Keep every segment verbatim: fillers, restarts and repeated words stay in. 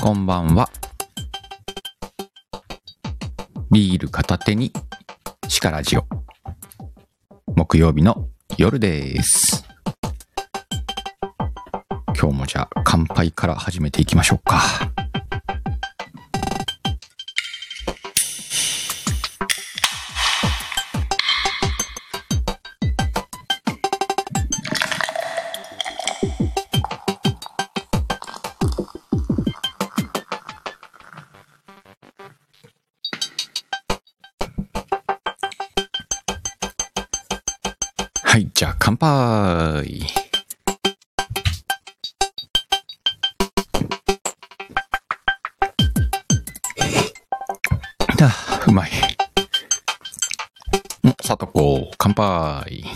こんばんは。ビール片手にシカラジオ、木曜日の夜です。今日もじゃあ乾杯から始めていきましょうか。はい、じゃあ乾杯。あ、うまい。ん、さとこ、乾杯。今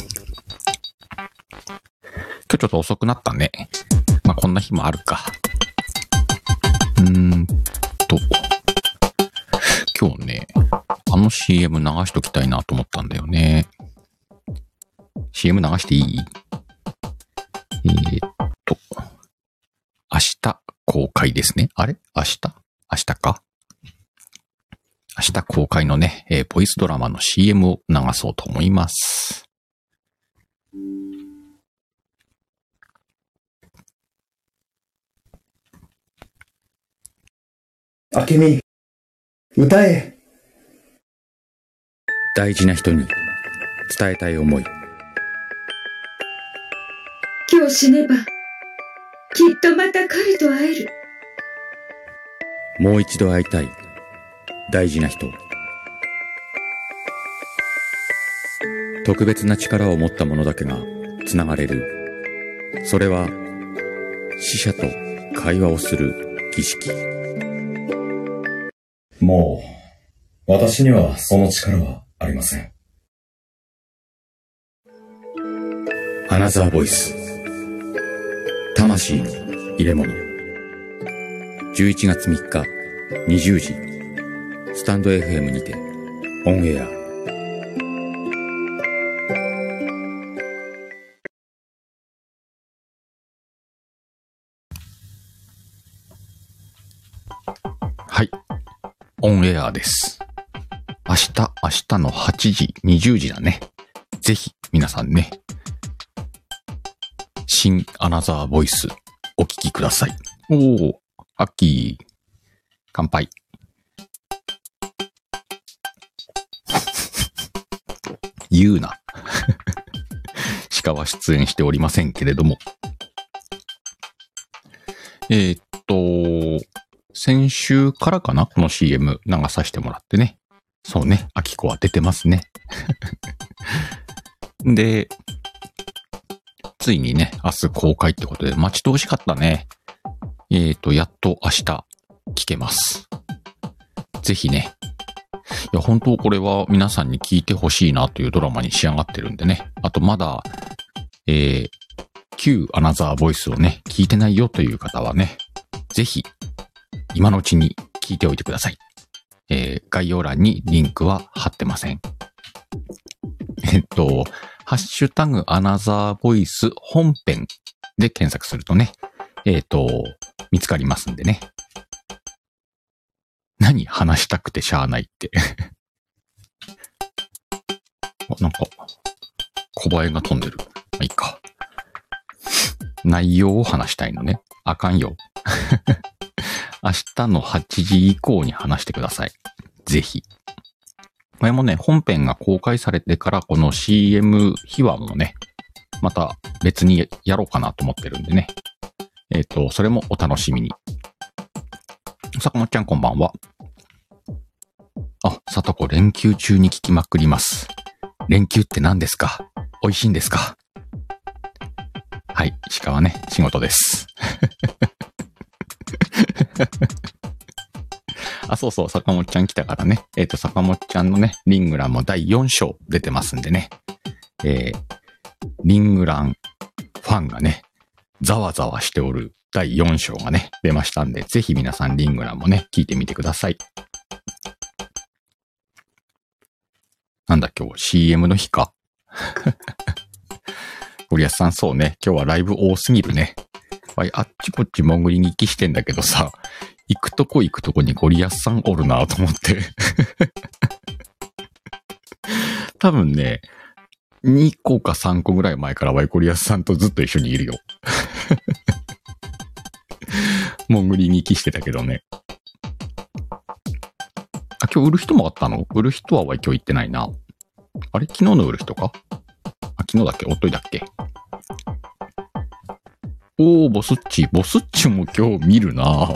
日ちょっと遅くなったね。まあ、こんな日もあるか。うーんと、今日ね、あの シーエム 流しときたいなと思ったんだよね。シーエム 流していい？えー、っと、明日公開ですね。あれ？明日？明日か？明日公開のね、えー、ボイスドラマの シーエム を流そうと思います。 あけみ、歌え。 大事な人に伝えたい思い。 今日死ねば、きっとまた彼と会える。 もう一度会いたい大事な人。特別な力を持った者だけがつながれる。それは死者と会話をする儀式。 もう私にはその力はありません。 アナザーボイス、魂の入れ物。じゅういちがつみっかにじゅうじ、スタンド エフエム にてオンエア。 はい。オンエアです。明日、明日のはちじ、にじゅうじだね。ぜひ、皆さんね、新アナザーボイス、お聞きください。おー、アッキー、乾杯。言うな。鹿は出演しておりませんけれども。えー、っと、先週からかなこの シーエム 流させてもらってね。そうね、アキコは出てますね。で、ついにね、明日公開ってことで待ち遠しかったね。えーと、やっと明日聞けます。ぜひね。いや、本当これは皆さんに聞いてほしいなというドラマに仕上がってるんでね。あとまだ、えー、旧アナザーボイスをね、聞いてないよという方はね、ぜひ、今のうちに聞いておいてください。えー、概要欄にリンクは貼ってません。えっと、ハッシュタグアナザーボイス本編で検索するとね、えっと、見つかりますんでね。何話したくてしゃあないって。あ、なんか、小バエが飛んでる。まあ、いいか。内容を話したいのね。あかんよ。明日のはちじ以降に話してください。ぜひ。これもね、本編が公開されてからこの シーエム 秘話もね、また別にやろうかなと思ってるんでね。えっと、それもお楽しみに。さかもちゃんこんばんは。あ、さとこ連休中に聞きまくります。連休って何ですか？美味しいんですか？はい、鹿はね、仕事です。あ、そうそう、坂本ちゃん来たからね。えっと、坂本ちゃんのね、リングランもだいよん章出てますんでね。えー、リングランファンがね、ざわざわしておるだいよん章がね、出ましたんで、ぜひ皆さんリングランもね、聞いてみてください。なんだ今日 シーエム の日かゴリアスさんそうね、今日はライブ多すぎるね。あっちこっち潜りに行きしてんだけどさ、 行くとこ行くとこにゴリアスさんおるなと思って。多分ね、にこかさんこぐらい前からワイゴリアスさんとずっと一緒にいるよ。潜りに行きしてたけどね。あ、今日売る人もあったの？売る人はワイ今日行ってないな。あれ昨日の売る人か？あ、昨日だっけ？おっといだっけ？おー、ボスッチ。ボスッチも今日見るな。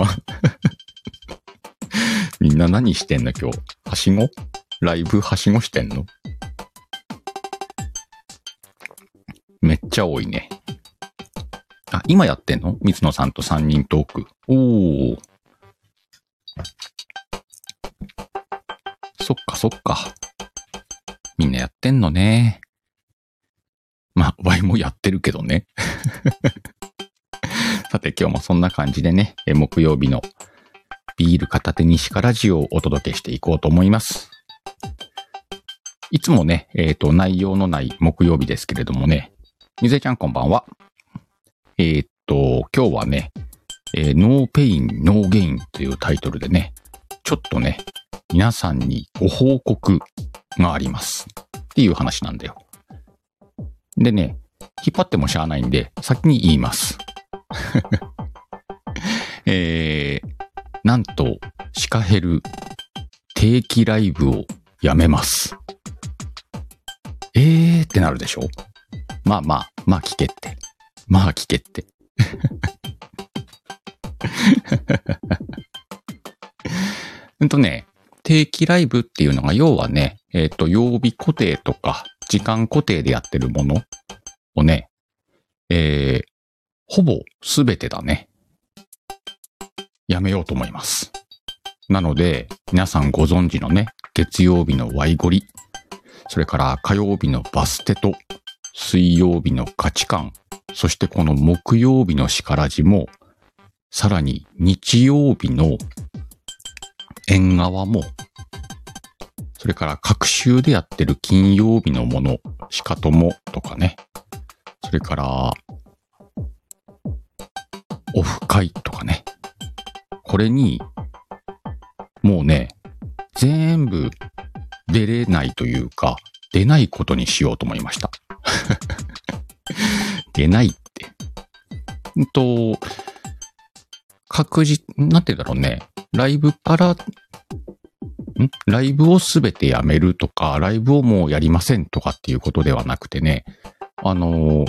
みんな何してんの今日？はしご？ライブはしごしてんの？めっちゃ多いね。あ、今やってんの？水野さんとさんにんトーク。おー。そっかそっか。みんなやってんのね。まあ、ワイもやってるけどね。さて今日もそんな感じでね、木曜日のビール片手にシカラジオをお届けしていこうと思います。いつもね、えっと、内容のない木曜日ですけれどもね、みずえちゃんこんばんは。えー、っと、今日はね、えー、ノーペイン、ノーゲインというタイトルでね、ちょっとね、皆さんにご報告がありますっていう話なんだよ。でね、引っ張ってもしゃあないんで、先に言います。えー、なんと、シカヘル定期ライブをやめます。えーってなるでしょ？まあまあ、まあ聞けって。まあ聞けって。うんとね、定期ライブっていうのが要はね、えっと、曜日固定とか時間固定でやってるものをね、えー、ほぼすべてだね。やめようと思います。なので、皆さんご存知のね、月曜日のワイゴリ、それから火曜日のバステと、水曜日の価値観、そしてこの木曜日のシカラジも、さらに日曜日の縁側も、それから各週でやってる金曜日のもの、シカトモとかね、それからオフ会とかね、これにもうね、全部出れないというか、出ないことにしようと思いました。出ないって。んと、確実、なんて言うんだろうね。ライブから、んライブをすべてやめるとか、ライブをもうやりませんとかっていうことではなくてね、あの、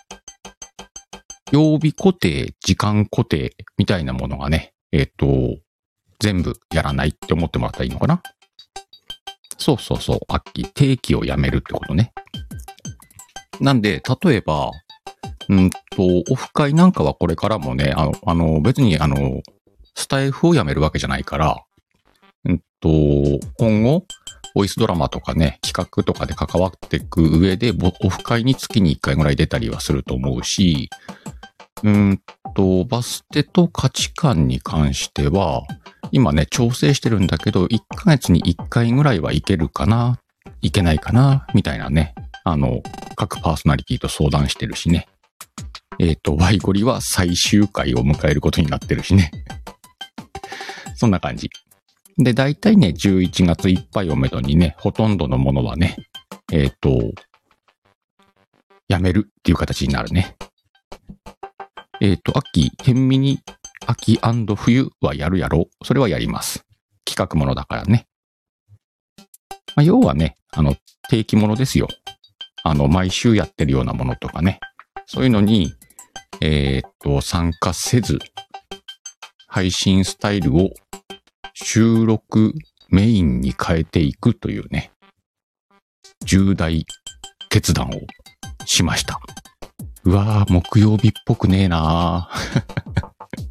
曜日固定、時間固定みたいなものがね、えっと、全部やらないって思ってもらったらいいのかな？そうそうそう、秋、定期をやめるってことね。なんで、例えば、うんと、オフ会なんかはこれからもね、あの、あの別にあの、スタイフをやめるわけじゃないから、うんと、今後、ボイスドラマとかね、企画とかで関わっていく上で、オフ会に月にいっかいぐらい出たりはすると思うし、うんと、バステと価値観に関しては、今ね、調整してるんだけど、いっかげつにいっかいぐらいはいけるかな、いけないかな、みたいなね、あの、各パーソナリティと相談してるしね。えっと、ワイゴリは最終回を迎えることになってるしね。そんな感じ。で、だいたいね、じゅういちがついっぱいをめどにね、ほとんどのものはね、えっと、やめるっていう形になるね。えっと、秋、天ミニ、秋&冬はやるやろう。それはやります。企画ものだからね。まあ、要はね、あの、定期ものですよ。あの、毎週やってるようなものとかね。そういうのに、えー、っと、参加せず、配信スタイルを収録メインに変えていくというね、重大決断をしました。うわぁ、木曜日っぽくねえなぁ。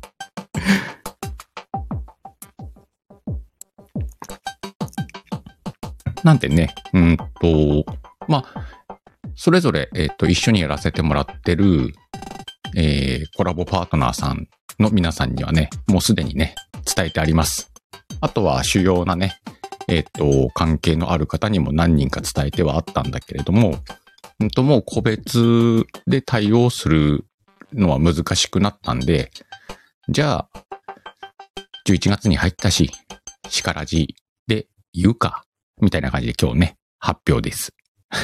なんでね、うんと、まあ、それぞれ、えっと、一緒にやらせてもらってる、えー、コラボパートナーさんの皆さんにはね、もうすでにね、伝えてあります。あとは主要なね、えっと、関係のある方にも何人か伝えてはあったんだけれども、うんと、もう個別で対応するのは難しくなったんで、じゃあ、 じゅういちがつに入ったし、しからじで言うか、みたいな感じで今日ね、発表です。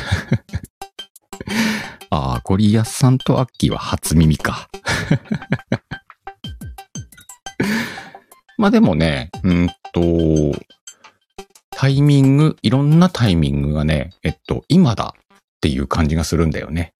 ああ、ゴリアスさんとアッキーは初耳か。まあでもね、うんと、タイミング、いろんなタイミングがね、えっと、今だっていう感じがするんだよね。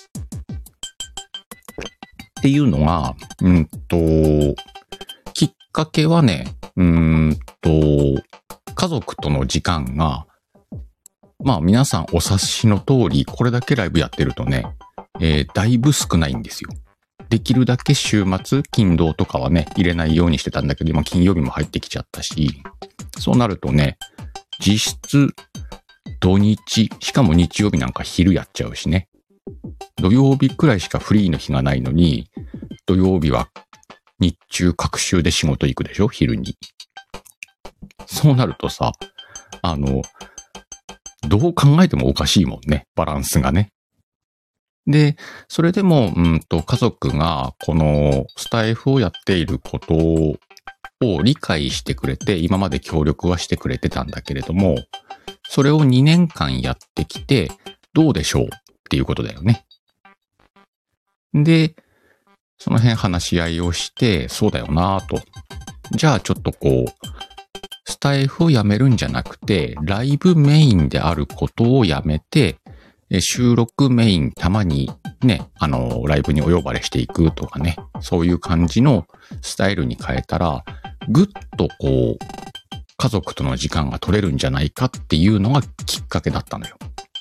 っていうのが、うんと、きっかけはね、うんと、家族との時間が、まあ皆さんお察しの通り、これだけライブやってるとね、えー、だいぶ少ないんですよ。できるだけ週末、金土とかはね、入れないようにしてたんだけど、今金曜日も入ってきちゃったし、そうなるとね、実質、土日、しかも日曜日なんか昼やっちゃうしね。土曜日くらいしかフリーの日がないのに、土曜日は日中各週で仕事行くでしょ？昼に。そうなるとさ、あの、どう考えてもおかしいもんね、バランスがね。で、それでも、うんと、家族がこのスタイフをやっていることを理解してくれて、今まで協力はしてくれてたんだけれども、それをにねんかんやってきて、どうでしょうっていうことだよね。で、その辺話し合いをして、そうだよなぁと。じゃあちょっとこう、スタイフをやめるんじゃなくて、ライブメインであることをやめて、収録メインたまにね、あの、ライブにお呼ばれしていくとかね、そういう感じのスタイルに変えたら、ぐっとこう、家族との時間が取れるんじゃないかっていうのがきっかけだったのよ。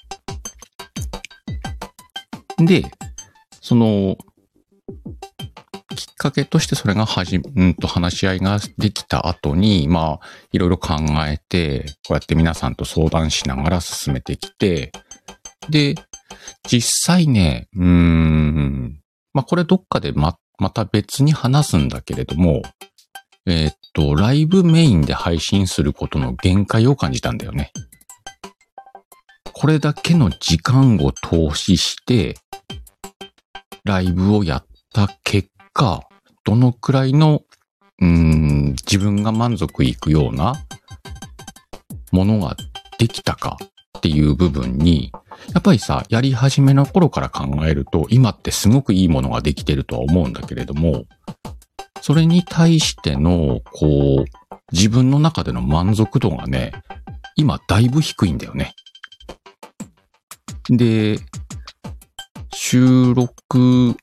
で、その、きっかけとしてそれがはじ、うんと話し合いができた後に、まあ、いろいろ考えて、こうやって皆さんと相談しながら進めてきて、で、実際ね、うーん、まあ、これどっかでま、また別に話すんだけれども、えー、っと、ライブメインで配信することの限界を感じたんだよね。これだけの時間を投資して、ライブをやった結果、どのくらいの、うーん、自分が満足いくようなものができたかっていう部分に、やっぱりさ、やり始めの頃から考えると、今ってすごくいいものができてるとは思うんだけれども、それに対しての、こう、自分の中での満足度がね、今だいぶ低いんだよね。で、収録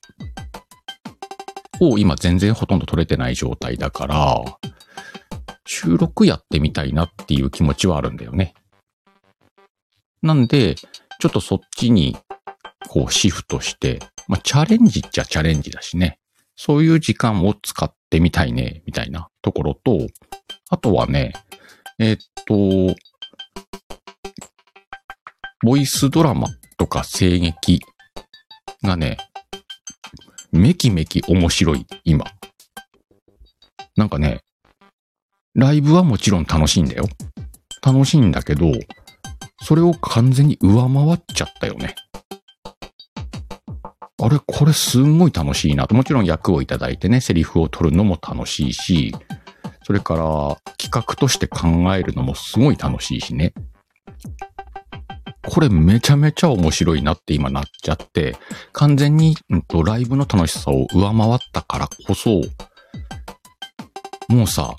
を今全然ほとんど撮れてない状態だから、収録やってみたいなっていう気持ちはあるんだよね。なんで、ちょっとそっちに、こうシフトして、まあチャレンジっちゃチャレンジだしね。そういう時間を使ってみたいね、みたいなところと、あとはね、えー、っと、ボイスドラマとか声劇がね、めきめき面白い、今。なんかね、ライブはもちろん楽しいんだよ。楽しいんだけど、それを完全に上回っちゃったよね。あれ、これすんごい楽しいなと。もちろん役をいただいてね、セリフを取るのも楽しいし、それから企画として考えるのもすごい楽しいしね。これめちゃめちゃ面白いなって今なっちゃって、完全に、うんと、ライブの楽しさを上回ったからこそ、もうさ、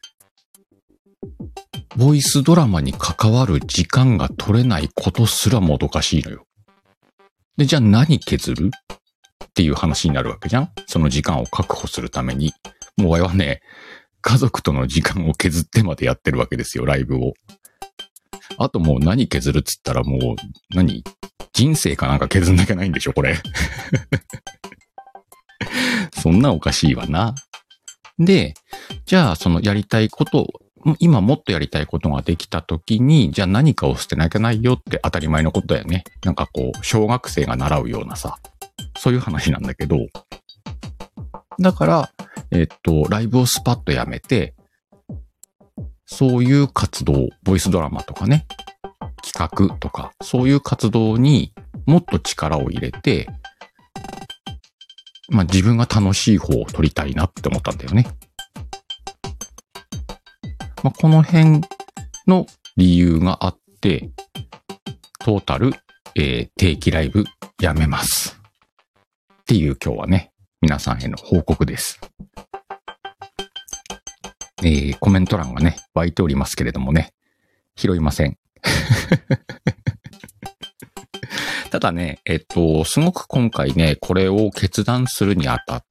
ボイスドラマに関わる時間が取れないことすらもどかしいのよ。で、じゃあ何削るっていう話になるわけじゃん？その時間を確保するために。もう我はね、家族との時間を削ってまでやってるわけですよ、ライブを。あともう何削るっつったらもう、何？人生かなんか削んなきゃないんでしょ、これ。そんなおかしいわな。で、じゃあそのやりたいことを、今もっとやりたいことができたときに、じゃあ何かを捨てなきゃないよって当たり前のことだよね。なんかこう、小学生が習うようなさ、そういう話なんだけど、だから、えっと、ライブをスパッとやめて、そういう活動、ボイスドラマとかね、企画とか、そういう活動にもっと力を入れて、まあ自分が楽しい方を取りたいなって思ったんだよね。 まあ、この辺の理由があって、トータル、えー、定期ライブやめます。っていう今日はね、皆さんへの報告です。えー、コメント欄がね、湧いておりますけれどもね、拾いません。ただね、えっと、すごく今回ね、これを決断するにあたって、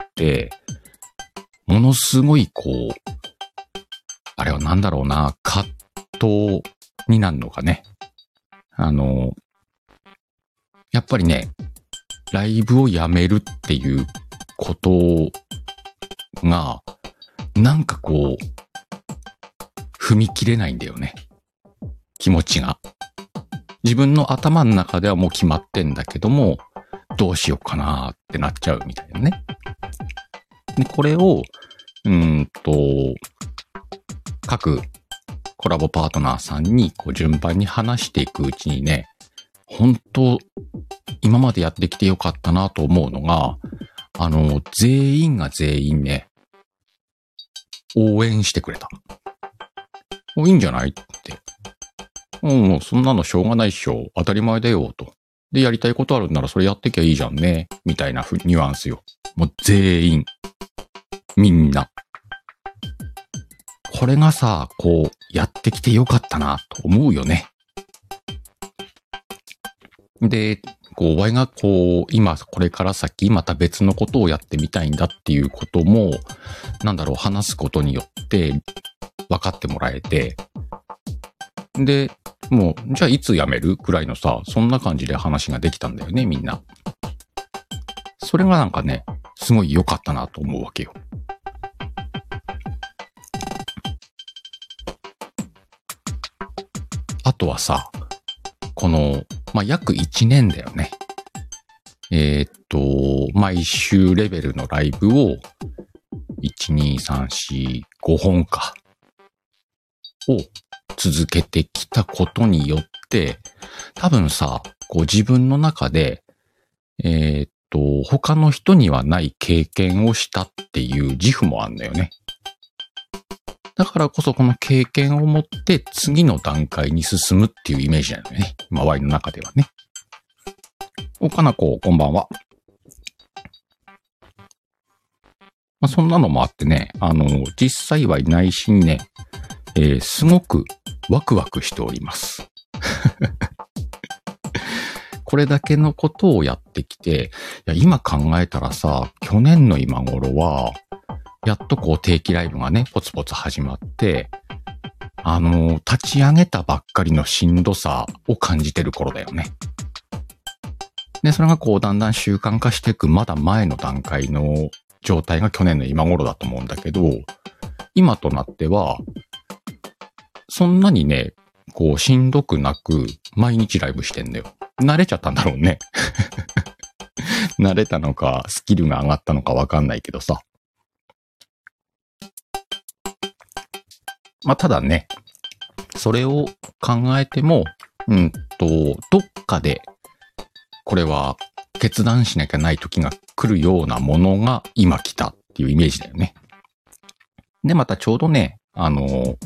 ものすごいこう、あれはなんだろうな、葛藤になるのかね。あの、やっぱりね、ライブをやめるっていうことが、なんかこう、踏み切れないんだよね。気持ちが。自分の頭の中ではもう決まってんだけども、どうしようかなってなっちゃうみたいなね。で、これを、うーんと、各コラボパートナーさんにこう順番に話していくうちにね、本当今までやってきてよかったなと思うのが、あの、全員が全員ね、応援してくれた。いいんじゃないって。うん、もうそんなのしょうがないっしょ。当たり前だよ、と。で、やりたいことあるんならそれやってきゃいいじゃんね。みたいなふニュアンスよ。もう全員。みんな。これがさ、こう、やってきてよかったな、と思うよね。で、こう、お前がこう、今、これから先、また別のことをやってみたいんだっていうことも、なんだろう、話すことによって、分かってもらえて、で、もう、じゃあいつ辞めるくらいのさ、そんな感じで話ができたんだよね、みんな。それがなんかね、すごい良かったなと思うわけよ。あとはさ、この、まあ、約いちねんだよね。えー、っと、毎週レベルのライブを、いち、に、さん、よん、ごほんか。を続けてきたことによって、多分さ、こう自分の中で、えー、っと、他の人にはない経験をしたっていう自負もあんだよね。だからこそこの経験を持って次の段階に進むっていうイメージなんだよね。周りの中ではね。おかなこ、こんばんは。まあ、そんなのもあってね、あの、実際は内心ね、えー、すごくワクワクしております。これだけのことをやってきて、いや今考えたらさ、去年の今頃は、やっとこう定期ライブがね、ポツポツ始まって、あの、立ち上げたばっかりのしんどさを感じてる頃だよね。で、それがこうだんだん習慣化していくまだ前の段階の状態が去年の今頃だと思うんだけど、今となっては、そんなにね、こうしんどくなく毎日ライブしてんだよ。慣れちゃったんだろうね。慣れたのか、スキルが上がったのかわかんないけどさ。まあ、ただね、それを考えても、うんと、どっかで、これは決断しなきゃない時が来るようなものが今来たっていうイメージだよね。で、またちょうどね、あの、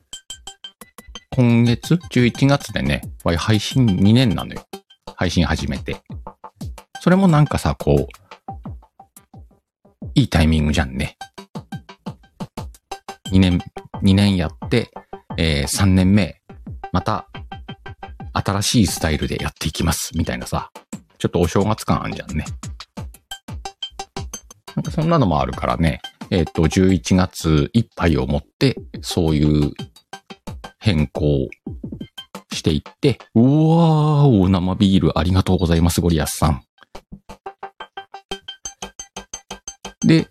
今月じゅういちがつでね、配信にねんなのよ。配信始めて。それもなんかさ、こう、いいタイミングじゃんね。にねん、にねんやって、えー、さんねんめ、また、新しいスタイルでやっていきます、みたいなさ、ちょっとお正月感あるじゃんね。なんかそんなのもあるからね、えっと、じゅういちがついっぱいをもって、そういう変更していって、うわーお、生ビールありがとうございます、ゴリアスさん。で、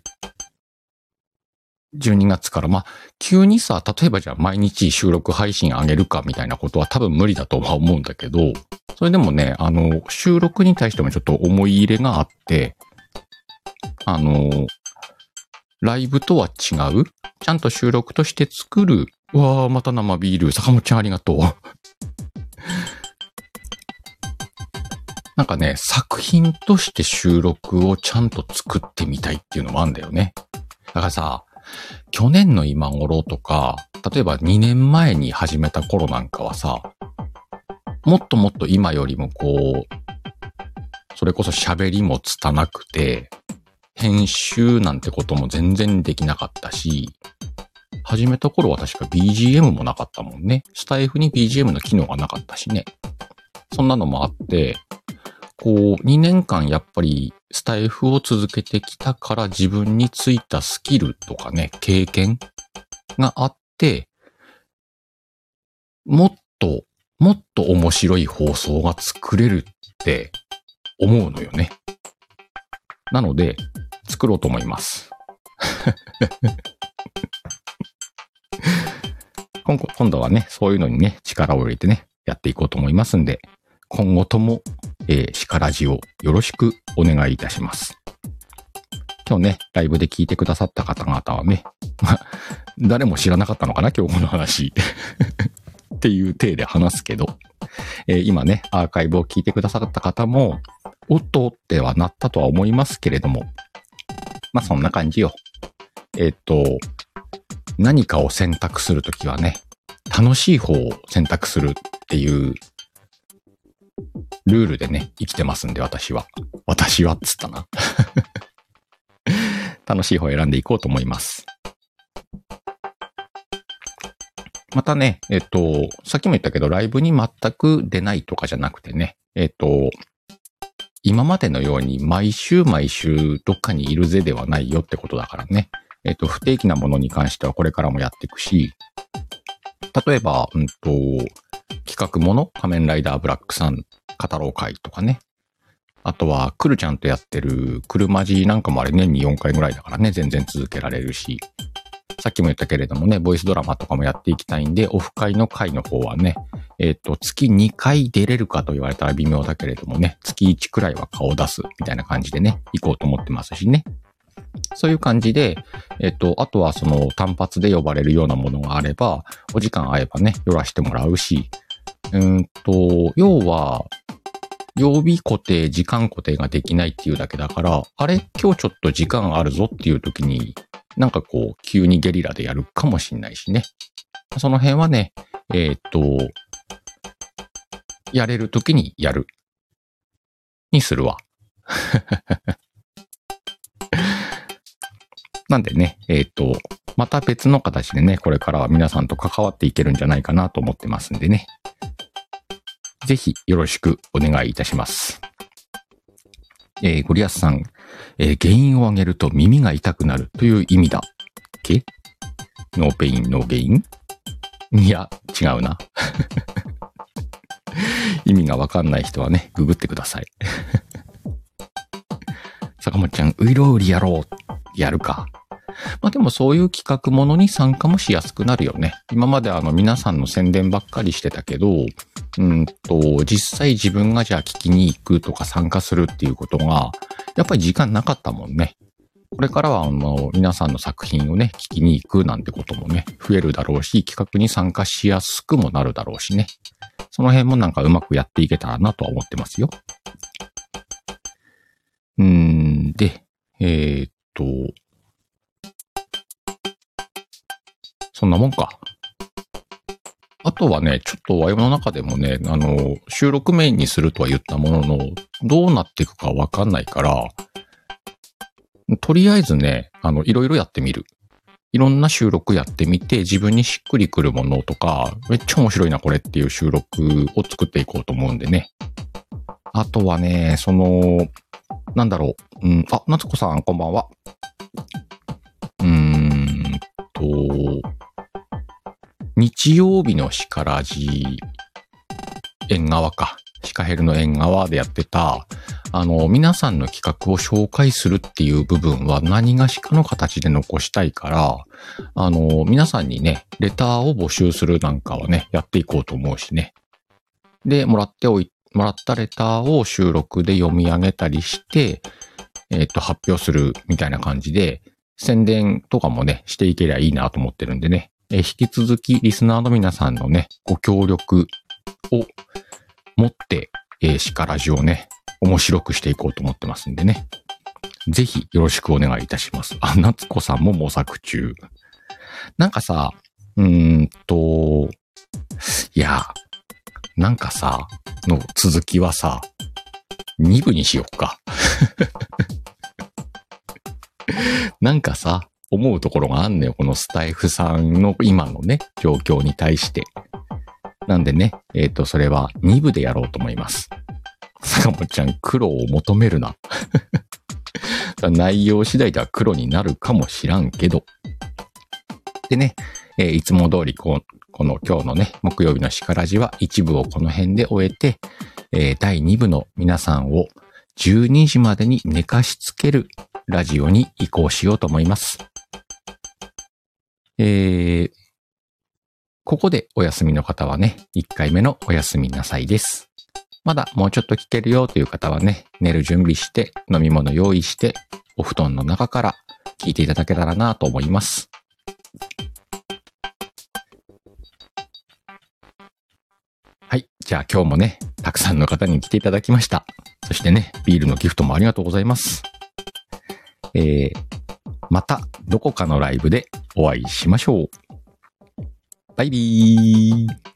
じゅうにがつから、まあ、急にさ、例えばじゃあ毎日収録配信上げるかみたいなことは多分無理だとは思うんだけど、それでもね、あの、収録に対してもちょっと思い入れがあって、あの、ライブとは違う、ちゃんと収録として作る、うわーまた生ビール、坂本ちゃんありがとう。なんかね、作品として収録をちゃんと作ってみたいっていうのもあるんだよね。だからさ、 去年の今頃とか、例えばにねんまえに始めた頃なんかはさ、もっともっと今よりもこう、それこそ喋りも拙くて、編集なんてことも全然できなかったし、始めた頃は確か ビージーエム もなかったもんね。スタイフに ビージーエム の機能がなかったしね。そんなのもあって、こう、にねんかんやっぱりスタイフを続けてきたから自分についたスキルとかね、経験があって、もっと、もっと面白い放送が作れるって思うのよね。なので、作ろうと思います。今後、今度はね、そういうのにね、力を入れてね、やっていこうと思いますんで、今後とも、えー、シカラジをよろしくお願いいたします。今日ね、ライブで聞いてくださった方々はね、誰も知らなかったのかな、今日この話。っていう体で話すけど、えー、今ね、アーカイブを聞いてくださった方も、おっとってはなったとは思いますけれども、まあそんな感じよ。えっと、何かを選択するときはね、楽しい方を選択するっていうルールでね、生きてますんで、私は。私はっつったな。楽しい方を選んでいこうと思います。またね、えっと、さっきも言ったけど、ライブに全く出ないとかじゃなくてね、えっと、今までのように毎週毎週どっかにいるぜではないよってことだからね。えっと、不定期なものに関してはこれからもやっていくし、例えば、うんと、企画もの仮面ライダーブラックさん語ろう会とかね。あとは、くるちゃんとやってる車字なんかもあれ年によんかいぐらいだからね、全然続けられるし。さっきも言ったけれどもね、ボイスドラマとかもやっていきたいんで、オフ会の会の方はね、えっと、月にかい出れるかと言われたら微妙だけれどもね、月いちくらいは顔を出すみたいな感じでね、行こうと思ってますしね。そういう感じで、えっと、あとはその単発で呼ばれるようなものがあれば、お時間合えばね、寄らしてもらうし、うーんと、要は、曜日固定、時間固定ができないっていうだけだから、あれ今日ちょっと時間あるぞっていう時に、なんかこう、急にゲリラでやるかもしんないしね。その辺はね、えー、っと、やれる時にやる。にするわ。なんでね、えー、っと、また別の形でね、これからは皆さんと関わっていけるんじゃないかなと思ってますんでね。ぜひよろしくお願いいたします。えー、ゴリアスさん、えー、原因を上げると耳が痛くなるという意味だ。け？ノーペイン、ノーゲイン？いや、違うな。意味がわかんない人はね、ググってください。坂本ちゃん、ウイロウリやろう。やるか。まあでもそういう企画ものに参加もしやすくなるよね。今まであの皆さんの宣伝ばっかりしてたけど、うんと、実際自分がじゃあ聞きに行くとか参加するっていうことが、やっぱり時間なかったもんね。これからはあの皆さんの作品をね、聞きに行くなんてこともね、増えるだろうし、企画に参加しやすくもなるだろうしね。その辺もなんかうまくやっていけたらなとは思ってますよ。うーん、で、えー、っと、そんなもんか。あとはね、ちょっとワイブの中でもね、あの、収録メインにするとは言ったものの、どうなっていくかわかんないから、とりあえずね、あの、いろいろやってみる。いろんな収録やってみて、自分にしっくりくるものとか、めっちゃ面白いなこれっていう収録を作っていこうと思うんでね。あとはね、その、なんだろう。うん、あ、夏子さんこんばんは。うーんと、日曜日のシカラジ、縁側か。シカヘルの縁側でやってた、あの、皆さんの企画を紹介するっていう部分は何がしかの形で残したいから、あの、皆さんにね、レターを募集するなんかはね、やっていこうと思うしね。で、もらっておい、もらったレターを収録で読み上げたりして、えっと、発表するみたいな感じで、宣伝とかもね、していけりゃいいなと思ってるんでね。え引き続きリスナーの皆さんのね、ご協力を持って、えー、シカラジをね、面白くしていこうと思ってますんでね。 ぜひよろしくお願いいたします。あ、夏子さんも模索中。なんかさ、うーんと、いや、なんかさ、の続きはさ、に部にしよっか。なんかさ、思うところがあんねよ。このスタイフさんの今のね、状況に対して。なんでね、えっと、それはに部でやろうと思います。坂本ちゃん、黒を求めるな。内容次第では黒になるかもしらんけど。でね、えー、いつも通りこ、この今日のね、木曜日のしからじはいち部をこの辺で終えて、えー、だいに部の皆さんをじゅうにじまでに寝かしつけるラジオに移行しようと思います。えー、ここでお休みの方はね、いっかいめのお休みなさいです。まだもうちょっと聞けるよという方はね、寝る準備して、飲み物用意して、お布団の中から聞いていただけたらなと思います。はい。じゃあ今日もね、たくさんの方に来ていただきました。そしてね、ビールのギフトもありがとうございます。えー、またどこかのライブでお会いしましょう。バイビー。